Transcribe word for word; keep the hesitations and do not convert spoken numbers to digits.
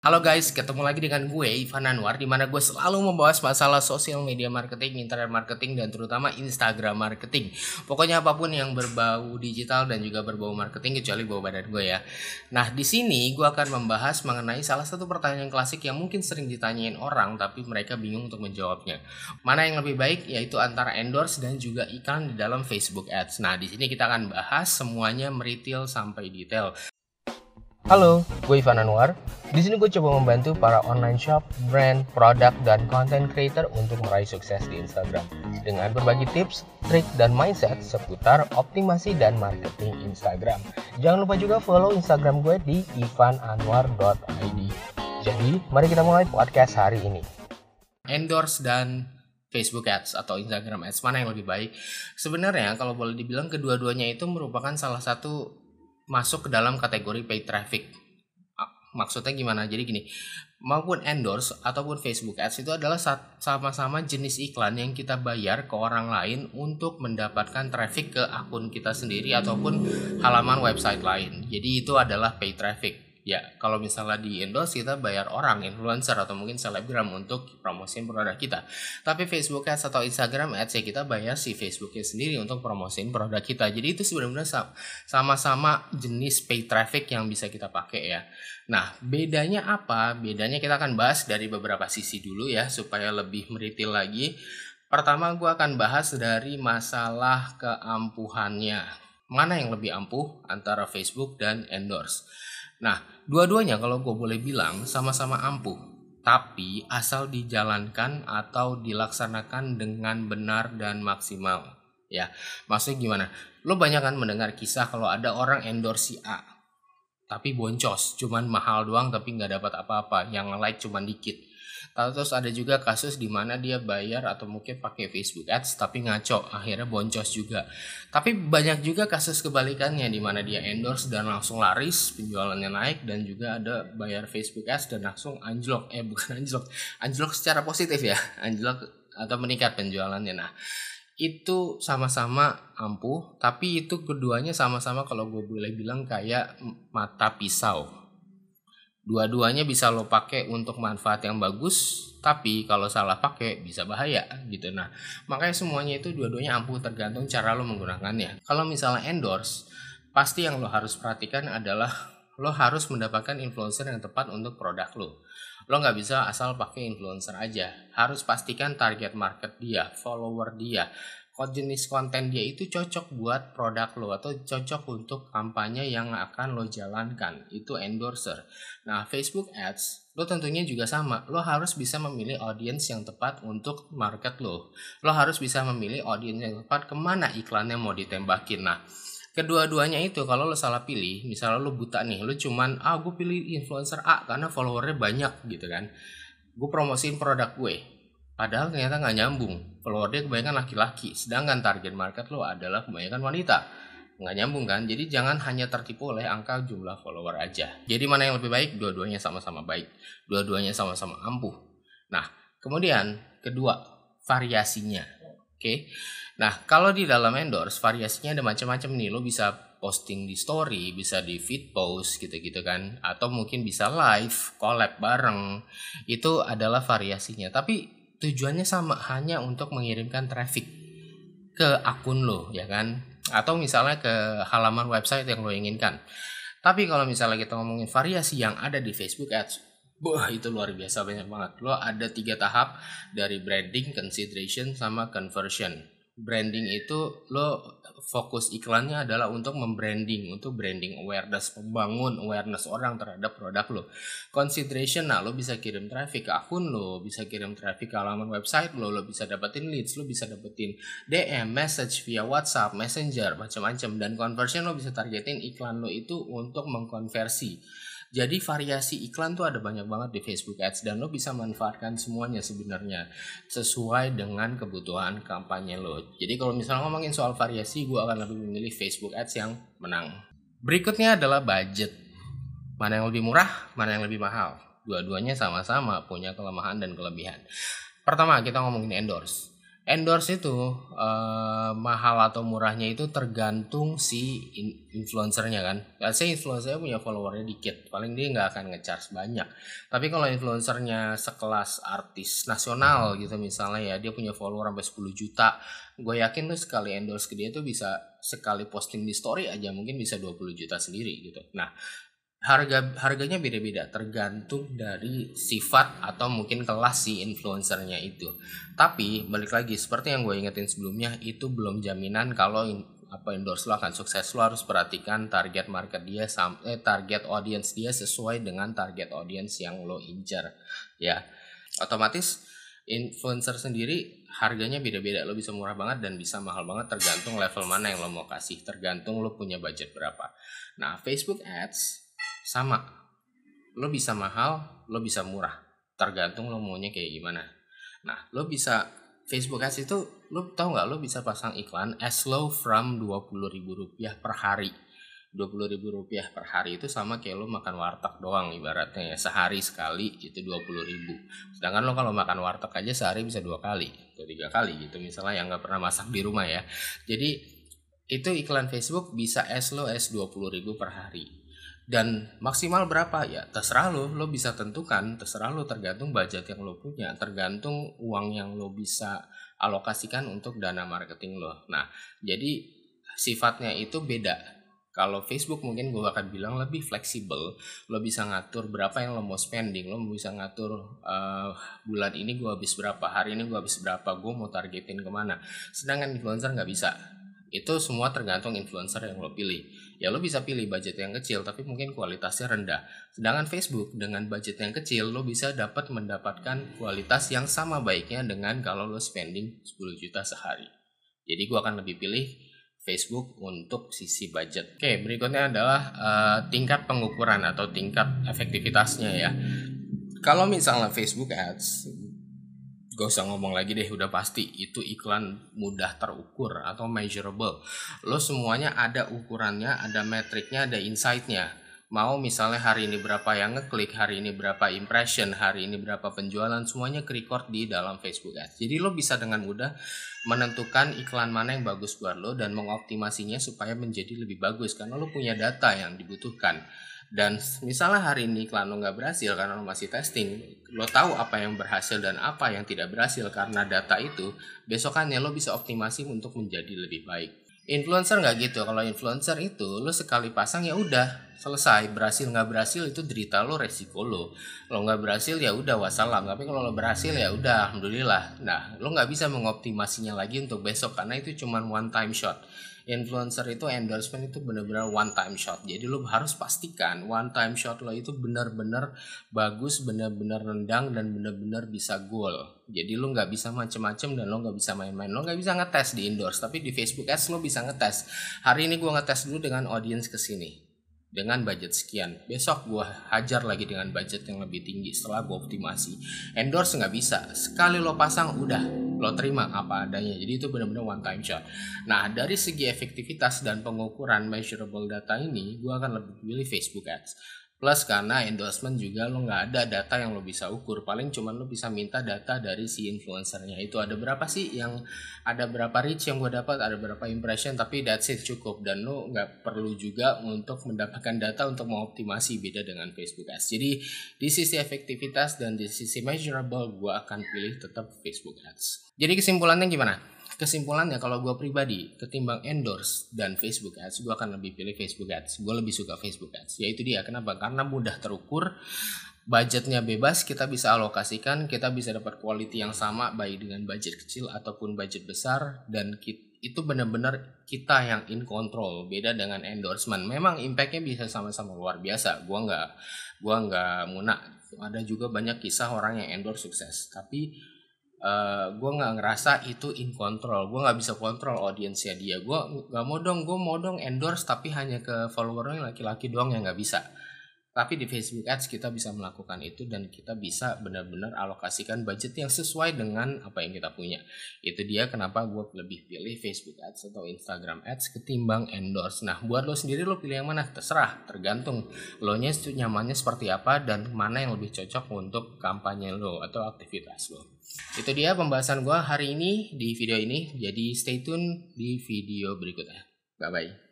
Halo guys, ketemu lagi dengan gue Ivan Anwar, di mana gue selalu membahas masalah sosial media marketing, internet marketing, dan terutama Instagram marketing. Pokoknya apapun yang berbau digital dan juga berbau marketing, kecuali bau badan gue ya. Nah, di sini gue akan membahas mengenai salah satu pertanyaan klasik yang mungkin sering ditanyain orang, tapi mereka bingung untuk menjawabnya. Mana yang lebih baik, yaitu antara endorse dan juga iklan di dalam Facebook Ads. Nah, di sini kita akan bahas semuanya meritil sampai detail. Halo, gue Ivan Anwar. Di sini gue coba membantu para online shop, brand, produk, dan content creator untuk meraih sukses di Instagram dengan berbagi tips, trik, dan mindset seputar optimasi dan marketing Instagram. Jangan lupa juga follow Instagram gue di ivan anwar dot i d. Jadi, mari kita mulai podcast hari ini. Endorse dan Facebook Ads atau Instagram Ads, mana yang lebih baik? Sebenarnya kalau boleh dibilang kedua-duanya itu merupakan salah satu masuk ke dalam kategori paid traffic. Maksudnya gimana? Jadi gini, maupun endorse ataupun Facebook Ads itu adalah sama-sama jenis iklan yang kita bayar ke orang lain untuk mendapatkan traffic ke akun kita sendiri ataupun halaman website lain. Jadi itu adalah paid traffic. Ya, kalau misalnya di endorse kita bayar orang, influencer atau mungkin selebgram untuk promosiin produk kita. Tapi Facebook Ads atau Instagram Ads ya kita bayar si Facebooknya sendiri untuk promosiin produk kita. Jadi itu sebenarnya sama-sama jenis paid traffic yang bisa kita pakai ya. Nah, bedanya apa? Bedanya kita akan bahas dari beberapa sisi dulu ya, supaya lebih meritil lagi. Pertama, gue akan bahas dari masalah keampuhannya. Mana yang lebih ampuh antara Facebook dan endorse? Nah, dua-duanya kalau gue boleh bilang sama-sama ampuh, tapi asal dijalankan atau dilaksanakan dengan benar dan maksimal. Ya, maksudnya gimana? Lo banyak kan mendengar kisah kalau ada orang endorse si A, tapi boncos, cuman mahal doang tapi nggak dapat apa-apa, yang like cuman dikit. Terus ada juga kasus di mana dia bayar atau mungkin pakai Facebook Ads tapi ngaco, akhirnya boncos juga. Tapi banyak juga kasus kebalikannya di mana dia endorse dan langsung laris, penjualannya naik, dan juga ada bayar Facebook Ads dan langsung anjlok, eh bukan anjlok, anjlok secara positif ya, anjlok atau meningkat penjualannya. Nah, itu sama-sama ampuh, tapi itu keduanya sama-sama kalau gue boleh bilang kayak mata pisau. Dua-duanya bisa lo pakai untuk manfaat yang bagus, tapi kalau salah pakai bisa bahaya gitu. Nah, makanya semuanya itu dua-duanya ampuh tergantung cara lo menggunakannya. Kalau misalnya endorse, pasti yang lo harus perhatikan adalah lo harus mendapatkan influencer yang tepat untuk produk lo. Lo nggak bisa asal pakai influencer aja. Harus pastikan target market dia, follower dia, jenis konten dia itu cocok buat produk lo atau cocok untuk kampanye yang akan lo jalankan. Itu endorser. Nah, Facebook Ads lo tentunya juga sama. Lo harus bisa memilih audience yang tepat untuk market lo. Lo harus bisa memilih audience yang tepat kemana iklannya mau ditembakin. Nah, kedua-duanya itu kalau lo salah pilih, misalnya lo buta nih, lo cuman ah gue pilih influencer A karena followernya banyak gitu kan, gue promosiin produk gue, padahal ternyata nggak nyambung. Follower dia kebanyakan laki-laki, sedangkan target market lo adalah kebanyakan wanita. Nggak nyambung kan? Jadi jangan hanya tertipu oleh angka jumlah follower aja. Jadi mana yang lebih baik? Dua-duanya sama-sama baik. Dua-duanya sama-sama ampuh. Nah, kemudian kedua, variasinya. Oke. Okay? Nah, kalau di dalam endorse, variasinya ada macam-macam nih. Lo bisa posting di story, bisa di feed post gitu-gitu kan. Atau mungkin bisa live, collab bareng. Itu adalah variasinya. Tapi tujuannya sama, hanya untuk mengirimkan traffic ke akun lo ya kan, atau misalnya ke halaman website yang lo inginkan. Tapi kalau misalnya kita ngomongin variasi yang ada di Facebook Ads, wah itu luar biasa banyak banget. Lo ada tiga tahap, dari branding, consideration, sama conversion. Branding itu lo fokus iklannya adalah untuk membranding, untuk branding awareness, membangun awareness orang terhadap produk lo. Consideration, nah lo bisa kirim traffic ke akun lo, bisa kirim traffic ke halaman website lo, lo bisa dapetin leads, lo bisa dapetin D M, message via WhatsApp, Messenger, macam-macam. Dan conversion, lo bisa targetin iklan lo itu untuk mengkonversi. Jadi variasi iklan tuh ada banyak banget di Facebook Ads, dan lo bisa manfaatkan semuanya sebenarnya sesuai dengan kebutuhan kampanye lo. Jadi kalau misalnya ngomongin soal variasi, gue akan lebih memilih Facebook Ads yang menang. Berikutnya adalah budget. Mana yang lebih murah, mana yang lebih mahal. Dua-duanya sama-sama punya kelemahan dan kelebihan. Pertama, kita ngomongin endorse. Endorse itu uh, mahal atau murahnya itu tergantung si in- influencernya kan. Saya influencernya punya followernya dikit, paling dia nggak akan nge-charge banyak. Tapi kalau influencernya sekelas artis nasional gitu misalnya ya, dia punya follower sampai sepuluh juta, gue yakin tuh sekali endorse ke dia tuh bisa sekali posting di story aja mungkin bisa dua puluh juta sendiri gitu. Nah, harga harganya beda-beda tergantung dari sifat atau mungkin kelas si influencernya itu. Tapi balik lagi seperti yang gue ingetin sebelumnya, itu belum jaminan kalau in, apa endorse lo akan sukses. Lo harus perhatikan target market dia sampai eh, target audience dia sesuai dengan target audience yang lo incar ya. Otomatis influencer sendiri harganya beda-beda, lo bisa murah banget dan bisa mahal banget tergantung level mana yang lo mau kasih, tergantung lo punya budget berapa. Nah, Facebook Ads sama, lo bisa mahal, lo bisa murah, tergantung lo maunya kayak gimana. Nah, lo bisa Facebook Ads itu, lo tau nggak, lo bisa pasang iklan as low from dua puluh ribu rupiah per hari. dua puluh ribu rupiah per hari itu sama kayak lo makan warteg doang ibaratnya ya, sehari sekali itu dua puluh ribu. Sedangkan lo kalau makan warteg aja sehari bisa dua kali atau tiga kali gitu misalnya yang nggak pernah masak di rumah ya. Jadi itu iklan Facebook bisa as low as dua puluh ribu per hari. Dan maksimal berapa ya terserah lo, lo bisa tentukan, terserah lo, tergantung budget yang lo punya, tergantung uang yang lo bisa alokasikan untuk dana marketing lo. Nah, jadi sifatnya itu beda. Kalau Facebook mungkin gue akan bilang lebih fleksibel, lo bisa ngatur berapa yang lo mau spending, lo bisa ngatur uh, bulan ini gue habis berapa, hari ini gue habis berapa, gue mau targetin kemana. Sedangkan influencer nggak bisa. Itu semua tergantung influencer yang lo pilih. Ya lo bisa pilih budget yang kecil tapi mungkin kualitasnya rendah. Sedangkan Facebook dengan budget yang kecil lo bisa dapat mendapatkan kualitas yang sama baiknya dengan kalau lo spending sepuluh juta sehari. Jadi gue akan lebih pilih Facebook untuk sisi budget. Oke, berikutnya adalah uh, tingkat pengukuran atau tingkat efektivitasnya ya. Kalau misalnya Facebook Ads, gak usah ngomong lagi deh, udah pasti itu iklan mudah terukur atau measurable. Lo semuanya ada ukurannya, ada metriknya, ada insight-nya. Mau misalnya hari ini berapa yang ngeklik, hari ini berapa impression, hari ini berapa penjualan, semuanya ke-record di dalam Facebook Ads. Jadi lo bisa dengan mudah menentukan iklan mana yang bagus buat lo dan mengoptimasinya supaya menjadi lebih bagus karena lo punya data yang dibutuhkan. Dan misalnya hari ini iklan lo nggak berhasil karena lo masih testing, lo tahu apa yang berhasil dan apa yang tidak berhasil karena data itu, besokannya lo bisa optimasi untuk menjadi lebih baik. Influencer nggak gitu. Kalau influencer itu lo sekali pasang ya udah selesai, berhasil nggak berhasil itu derita lo, resiko lo. Lo nggak berhasil ya udah wassalam. Tapi kalau lo berhasil ya udah alhamdulillah. Nah, lo nggak bisa mengoptimasinya lagi untuk besok karena itu cuma one time shot. Influencer itu endorsement itu benar-benar one time shot. Jadi lo harus pastikan one time shot lo itu benar-benar bagus, benar-benar rendang dan benar-benar bisa goal. Jadi lo nggak bisa macem-macem dan lo nggak bisa main-main. Lo nggak bisa ngetes di endorse, tapi di Facebook Ads lo bisa ngetes. Hari ini gue ngetes dulu dengan audience kesini dengan budget sekian, besok gue hajar lagi dengan budget yang lebih tinggi setelah gue optimasi. Endorse nggak bisa, sekali lo pasang udah lo terima apa adanya, jadi itu benar-benar one time shot. Nah, dari segi efektivitas dan pengukuran measurable data ini, gue akan lebih pilih Facebook Ads. Plus karena endorsement juga lo nggak ada data yang lo bisa ukur, paling cuman lo bisa minta data dari si influencernya itu ada berapa sih yang ada berapa reach yang gue dapat, ada berapa impression, tapi that's it cukup dan lo nggak perlu juga untuk mendapatkan data untuk mengoptimasi, beda dengan Facebook Ads. Jadi di sisi efektivitas dan di sisi measurable gue akan pilih tetap Facebook Ads. Jadi kesimpulannya gimana? Kesimpulannya kalau gue pribadi ketimbang endorse dan Facebook Ads, gue akan lebih pilih Facebook Ads. Gue lebih suka Facebook Ads. Yaitu dia, kenapa? Karena mudah terukur, budgetnya bebas, kita bisa alokasikan, kita bisa dapat quality yang sama baik dengan budget kecil ataupun budget besar, dan kita, itu benar-benar kita yang in control. Beda dengan endorsement. Memang impactnya bisa sama-sama luar biasa. Gue nggak, gue nggak munak. Ada juga banyak kisah orang yang endorse sukses, tapi Uh, gue nggak ngerasa itu in control. Gue nggak bisa kontrol audiensnya dia. Gue nggak mau dong, gue mau dong endorse tapi hanya ke follower yang laki-laki doang yang nggak bisa. Tapi di Facebook Ads kita bisa melakukan itu dan kita bisa benar-benar alokasikan budget yang sesuai dengan apa yang kita punya. Itu dia kenapa gue lebih pilih Facebook Ads atau Instagram Ads ketimbang endorse. Nah, buat lo sendiri lo pilih yang mana? Terserah, tergantung lo nya nyamannya seperti apa dan mana yang lebih cocok untuk kampanye lo atau aktivitas lo. Itu dia pembahasan gue hari ini di video ini. Jadi stay tune di video berikutnya. Bye-bye.